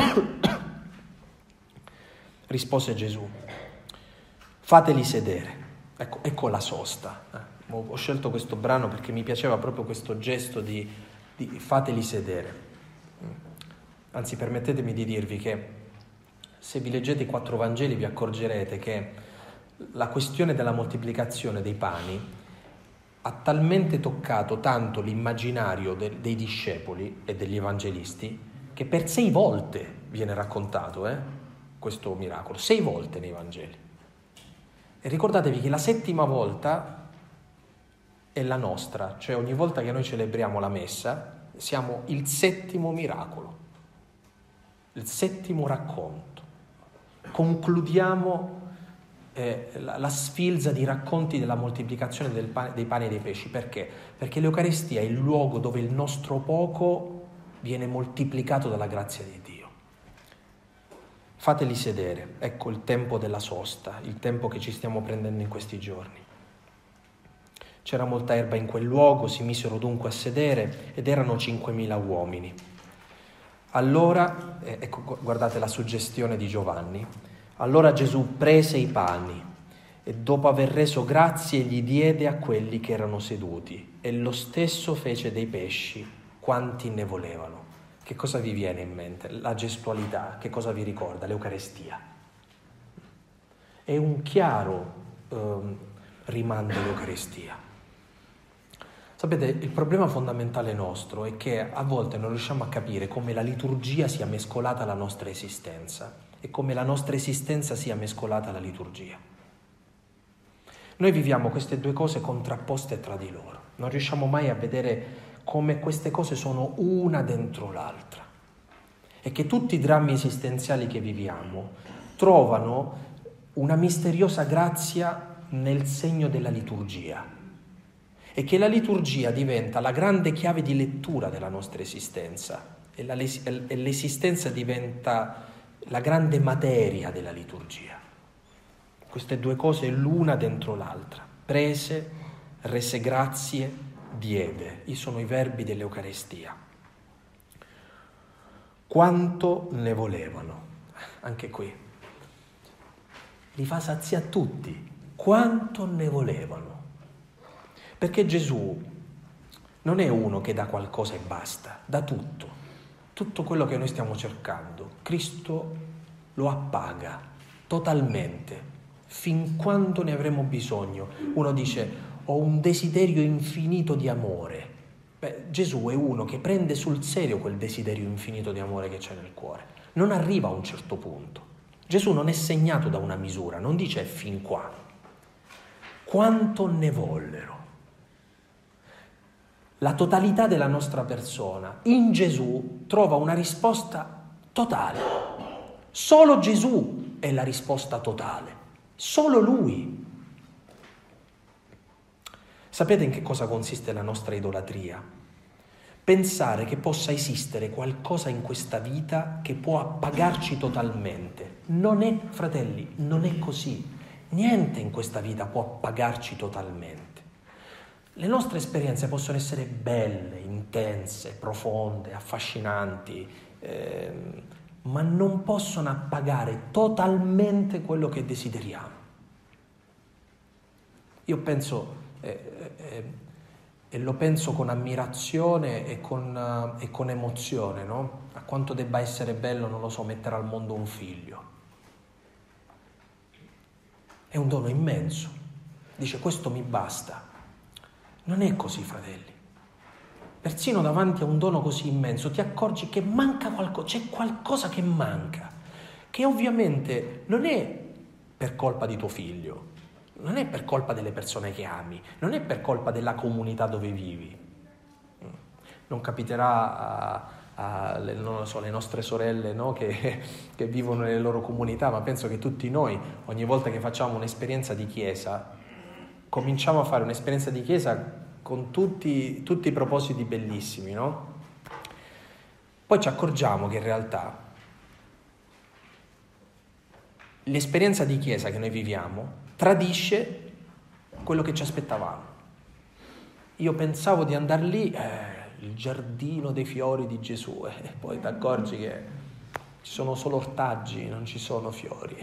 A: Rispose Gesù: fateli sedere. Ecco la sosta. Ho scelto questo brano perché mi piaceva proprio questo gesto di fateli sedere. Anzi, permettetemi di dirvi che se vi leggete i 4 Vangeli vi accorgerete che la questione della moltiplicazione dei pani ha talmente toccato tanto l'immaginario dei discepoli e degli evangelisti che per 6 volte viene raccontato questo miracolo, 6 volte nei Vangeli. E ricordatevi che la 7ª volta è la nostra, cioè ogni volta che noi celebriamo la messa siamo il 7° miracolo, il 7° racconto. Concludiamo la sfilza di racconti della moltiplicazione dei pani e dei pesci. Perché? Perché l'Eucaristia è il luogo dove il nostro poco viene moltiplicato dalla grazia di Dio. Fateli sedere, ecco il tempo della sosta, il tempo che ci stiamo prendendo in questi giorni. C'era molta erba in quel luogo, si misero dunque a sedere ed erano 5.000 uomini. Allora, ecco, guardate la suggestione di Giovanni. Allora Gesù prese i pani e dopo aver reso grazie gli diede a quelli che erano seduti e lo stesso fece dei pesci quanti ne volevano. Che cosa vi viene in mente? La gestualità, che cosa vi ricorda? L'Eucaristia. È un chiaro rimando all'Eucaristia. Sapete, il problema fondamentale nostro è che a volte non riusciamo a capire come la liturgia sia mescolata alla nostra esistenza e come la nostra esistenza sia mescolata alla liturgia. Noi viviamo queste 2 cose contrapposte tra di loro. Non riusciamo mai a vedere come queste cose sono una dentro l'altra e che tutti i drammi esistenziali che viviamo trovano una misteriosa grazia nel segno della liturgia e che la liturgia diventa la grande chiave di lettura della nostra esistenza e l'esistenza diventa la grande materia della liturgia. Queste 2 cose l'una dentro l'altra. Prese, rese grazie, diede. Sono i verbi dell'Eucaristia. Quanto ne volevano? Anche qui. Li fa saziare a tutti. Quanto ne volevano? Perché Gesù non è uno che dà qualcosa e basta, dà tutto. Tutto quello che noi stiamo cercando. Cristo lo appaga totalmente. fin quando ne avremo bisogno. Uno dice, ho un desiderio infinito di amore. Gesù è uno che prende sul serio quel desiderio infinito di amore che c'è nel cuore. Non arriva a un certo punto. Gesù non è segnato da una misura, non dice fin qua. Quanto ne vollero. La totalità della nostra persona in Gesù trova una risposta totale. Solo Gesù è la risposta totale. Solo Lui. Sapete in che cosa consiste la nostra idolatria? Pensare che possa esistere qualcosa in questa vita che può appagarci totalmente. Non è, fratelli, non è così. Niente in questa vita può appagarci totalmente. Le nostre esperienze possono essere belle, intense, profonde, affascinanti, ma non possono appagare totalmente quello che desideriamo. Io penso, e lo penso con ammirazione e con emozione, no? A quanto debba essere bello, non lo so, mettere al mondo un figlio. È un dono immenso. Dice, questo mi basta. Non è così, fratelli. Persino davanti a un dono così immenso ti accorgi che manca qualcosa, c'è qualcosa che manca, che ovviamente non è per colpa di tuo figlio, non è per colpa delle persone che ami, non è per colpa della comunità dove vivi. Non capiterà non lo so, le nostre sorelle, no? che vivono nelle loro comunità, ma penso che tutti noi, ogni volta che facciamo un'esperienza di chiesa, cominciamo a fare un'esperienza di chiesa con tutti i propositi bellissimi, no? Poi ci accorgiamo che in realtà l'esperienza di chiesa che noi viviamo tradisce quello che ci aspettavamo. Io pensavo di andare lì, il giardino dei fiori di Gesù, e poi ti accorgi che ci sono solo ortaggi, non ci sono fiori.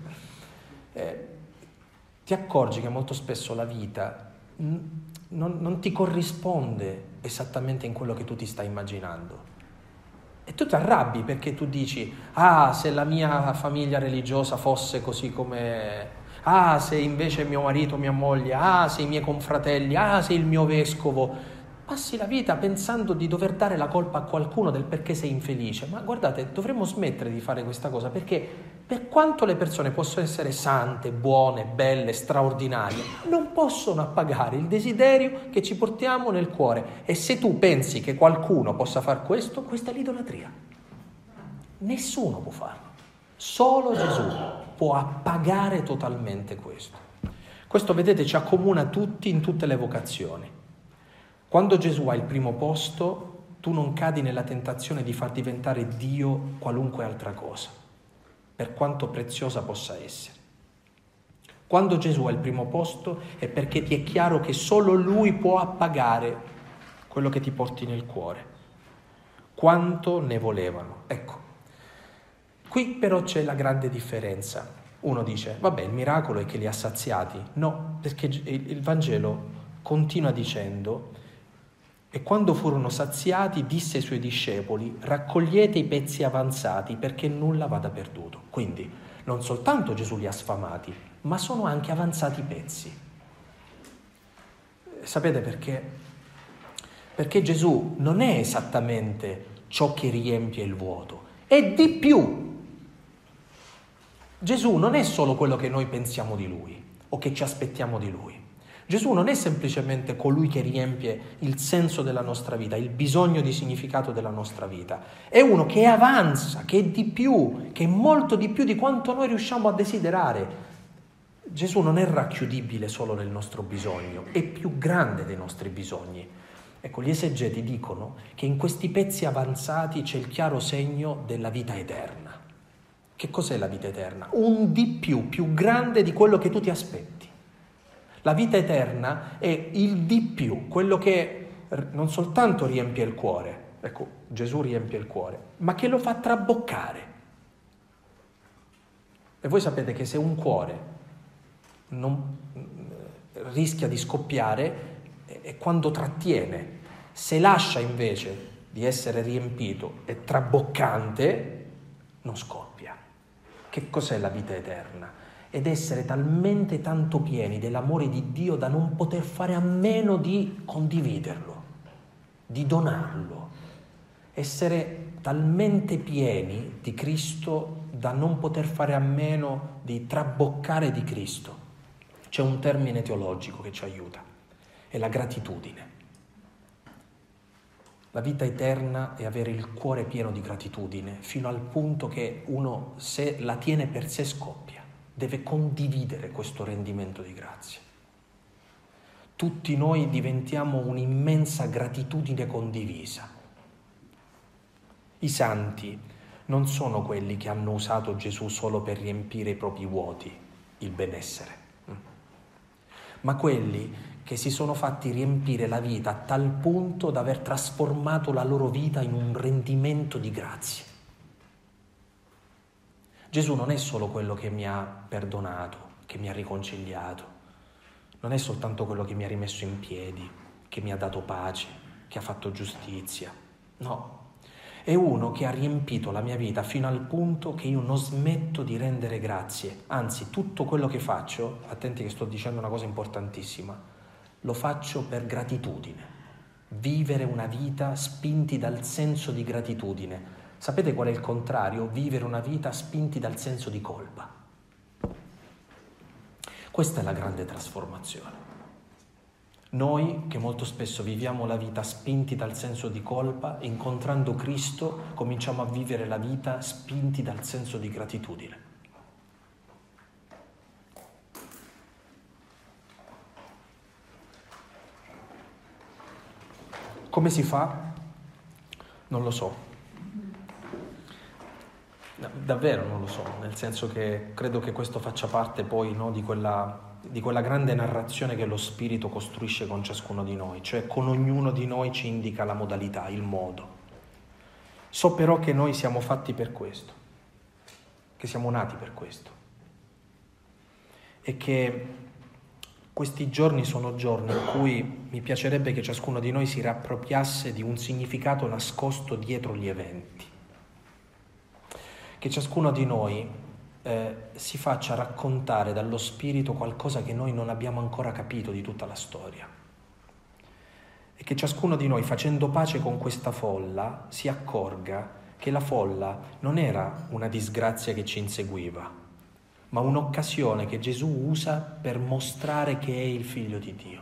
A: Ti accorgi che molto spesso la vita non ti corrisponde esattamente in quello che tu ti stai immaginando. E tu ti arrabbi perché tu dici, se la mia famiglia religiosa fosse così come... se invece mio marito, mia moglie, se i miei confratelli, se il mio vescovo... Passi la vita pensando di dover dare la colpa a qualcuno del perché sei infelice. Ma guardate, dovremmo smettere di fare questa cosa, perché per quanto le persone possono essere sante, buone, belle, straordinarie, non possono appagare il desiderio che ci portiamo nel cuore. E se tu pensi che qualcuno possa far questo, questa è l'idolatria. Nessuno può farlo. Solo Gesù può appagare totalmente questo. Questo, vedete, ci accomuna tutti in tutte le vocazioni. Quando Gesù ha il primo posto, tu non cadi nella tentazione di far diventare Dio qualunque altra cosa, per quanto preziosa possa essere. Quando Gesù ha il primo posto è perché ti è chiaro che solo Lui può appagare quello che ti porti nel cuore. Quanto ne volevano. Ecco, qui però c'è la grande differenza. Uno dice, vabbè, il miracolo è che li ha saziati. No, perché il Vangelo continua dicendo... E quando furono saziati, disse ai suoi discepoli, raccogliete i pezzi avanzati perché nulla vada perduto. Quindi non soltanto Gesù li ha sfamati, ma sono anche avanzati i pezzi. Sapete perché? Perché Gesù non è esattamente ciò che riempie il vuoto, è di più. Gesù non è solo quello che noi pensiamo di Lui o che ci aspettiamo di Lui. Gesù non è semplicemente colui che riempie il senso della nostra vita, il bisogno di significato della nostra vita. È uno che avanza, che è di più, che è molto di più di quanto noi riusciamo a desiderare. Gesù non è racchiudibile solo nel nostro bisogno, è più grande dei nostri bisogni. Ecco, gli esegeti dicono che in questi pezzi avanzati c'è il chiaro segno della vita eterna. Che cos'è la vita eterna? Un di più grande di quello che tu ti aspetti. La vita eterna è il di più, quello che non soltanto riempie il cuore, ecco, Gesù riempie il cuore, ma che lo fa traboccare. E voi sapete che se un cuore non rischia di scoppiare è quando trattiene. Se lascia invece di essere riempito e traboccante, non scoppia. Che cos'è la vita eterna? ed essere talmente tanto pieni dell'amore di Dio da non poter fare a meno di condividerlo, di donarlo, essere talmente pieni di Cristo da non poter fare a meno di traboccare di Cristo. C'è un termine teologico che ci aiuta, è la gratitudine. La vita eterna è avere il cuore pieno di gratitudine, fino al punto che uno, se la tiene per sé, scoppia. Deve condividere questo rendimento di grazie. Tutti noi diventiamo un'immensa gratitudine condivisa. I santi non sono quelli che hanno usato Gesù solo per riempire i propri vuoti, il benessere, ma quelli che si sono fatti riempire la vita a tal punto da aver trasformato la loro vita in un rendimento di grazie. Gesù non è solo quello che mi ha perdonato, che mi ha riconciliato, non è soltanto quello che mi ha rimesso in piedi, che mi ha dato pace, che ha fatto giustizia. No, è uno che ha riempito la mia vita fino al punto che io non smetto di rendere grazie. Anzi, tutto quello che faccio, attenti che sto dicendo una cosa importantissima, lo faccio per gratitudine. Vivere una vita spinti dal senso di gratitudine. Sapete qual è il contrario? Vivere una vita spinti dal senso di colpa. Questa è la grande trasformazione. Noi che molto spesso viviamo la vita spinti dal senso di colpa, incontrando Cristo cominciamo a vivere la vita spinti dal senso di gratitudine. Come si fa? Non lo so. No, davvero non lo so, nel senso che credo che questo faccia parte poi, no, di quella grande narrazione che lo Spirito costruisce con ciascuno di noi, cioè con ognuno di noi ci indica la modalità, il modo. So però che noi siamo fatti per questo, che siamo nati per questo e che questi giorni sono giorni in cui mi piacerebbe che ciascuno di noi si riappropriasse di un significato nascosto dietro gli eventi. Che ciascuno di noi si faccia raccontare dallo Spirito qualcosa che noi non abbiamo ancora capito di tutta la storia. E che ciascuno di noi, facendo pace con questa folla, si accorga che la folla non era una disgrazia che ci inseguiva, ma un'occasione che Gesù usa per mostrare che è il Figlio di Dio,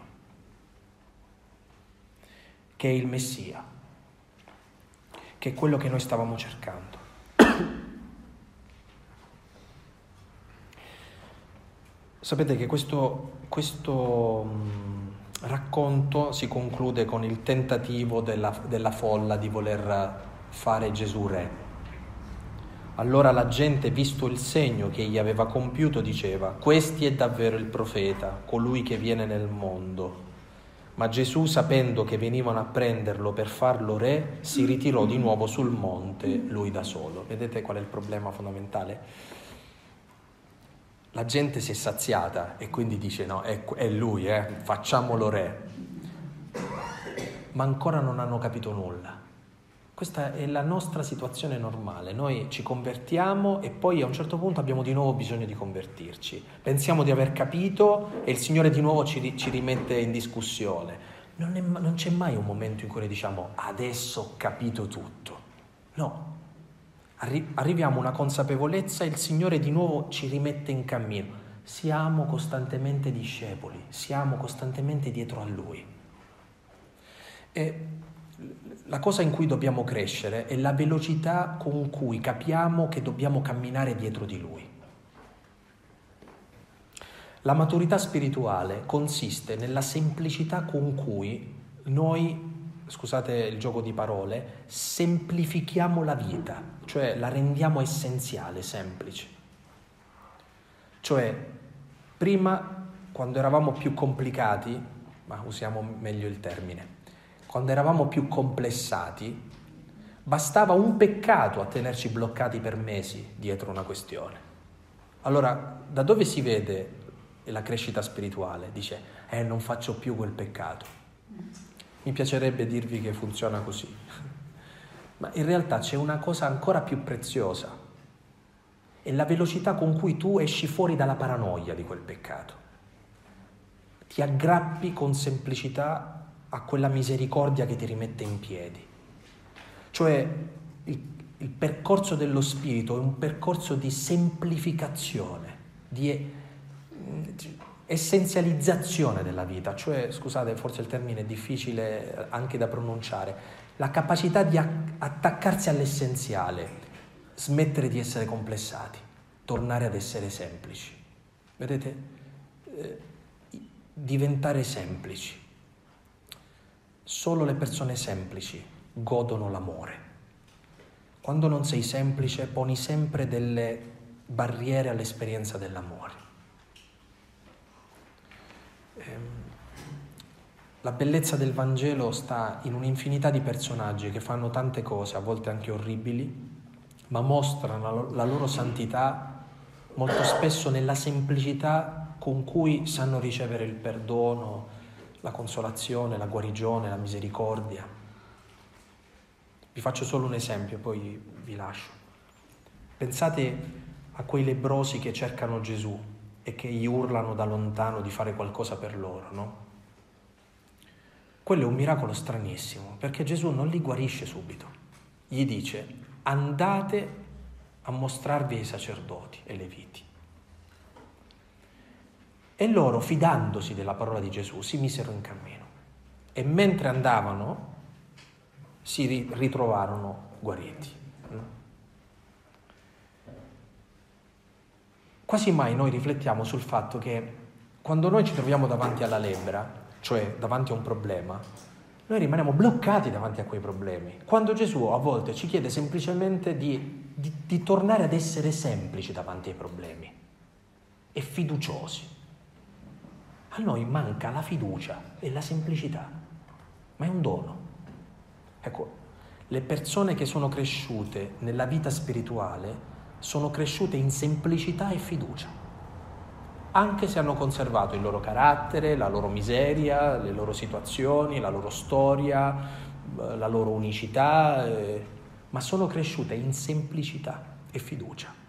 A: che è il Messia, che è quello che noi stavamo cercando. Sapete che questo racconto si conclude con il tentativo della folla di voler fare Gesù re. Allora la gente, visto il segno che egli aveva compiuto, diceva: «Questi è davvero il profeta, colui che viene nel mondo». Ma Gesù, sapendo che venivano a prenderlo per farlo re, si ritirò di nuovo sul monte, lui da solo. Vedete qual è il problema fondamentale? La gente si è saziata e quindi dice: no, è lui, facciamolo re. Ma ancora non hanno capito nulla. Questa è la nostra situazione normale. Noi ci convertiamo e poi a un certo punto abbiamo di nuovo bisogno di convertirci. Pensiamo di aver capito e il Signore di nuovo ci rimette in discussione. Non c'è mai un momento in cui noi diciamo: adesso ho capito tutto. No. Arriviamo a una consapevolezza e il Signore di nuovo ci rimette in cammino. Siamo costantemente discepoli, siamo costantemente dietro a Lui. E la cosa in cui dobbiamo crescere è la velocità con cui capiamo che dobbiamo camminare dietro di Lui. La maturità spirituale consiste nella semplicità con cui noi, scusate il gioco di parole, semplifichiamo la vita, cioè la rendiamo essenziale, semplice. Cioè, prima, quando eravamo più complicati, ma usiamo meglio il termine, quando eravamo più complessati, bastava un peccato a tenerci bloccati per mesi dietro una questione. Allora, da dove si vede la crescita spirituale? Dice: non faccio più quel peccato. Mi piacerebbe dirvi che funziona così, ma in realtà c'è una cosa ancora più preziosa. è la velocità con cui tu esci fuori dalla paranoia di quel peccato. Ti aggrappi con semplicità a quella misericordia che ti rimette in piedi. Cioè il percorso dello Spirito è un percorso di semplificazione, di essenzializzazione della vita, cioè, scusate, forse il termine è difficile anche da pronunciare, la capacità di attaccarsi all'essenziale, smettere di essere complessati, tornare ad essere semplici. Vedete? Diventare semplici. Solo le persone semplici godono l'amore. Quando non sei semplice, poni sempre delle barriere all'esperienza dell'amore. La bellezza del Vangelo sta in un'infinità di personaggi che fanno tante cose, a volte anche orribili, ma mostrano la loro santità molto spesso nella semplicità con cui sanno ricevere il perdono, la consolazione, la guarigione, la misericordia. Vi faccio solo un esempio, poi vi lascio. Pensate a quei lebbrosi che cercano Gesù e che gli urlano da lontano di fare qualcosa per loro, no? Quello è un miracolo stranissimo, perché Gesù non li guarisce subito. Gli dice: andate a mostrarvi ai sacerdoti e leviti. E loro, fidandosi della parola di Gesù, si misero in cammino. E mentre andavano, si ritrovarono guariti. Quasi mai noi riflettiamo sul fatto che quando noi ci troviamo davanti alla lebbra, cioè davanti a un problema, noi rimaniamo bloccati davanti a quei problemi. Quando Gesù a volte ci chiede semplicemente di tornare ad essere semplici davanti ai problemi e fiduciosi. A noi manca la fiducia e la semplicità, ma è un dono. Ecco, le persone che sono cresciute nella vita spirituale sono cresciute in semplicità e fiducia, anche se hanno conservato il loro carattere, la loro miseria, le loro situazioni, la loro storia, la loro unicità, ma sono cresciute in semplicità e fiducia.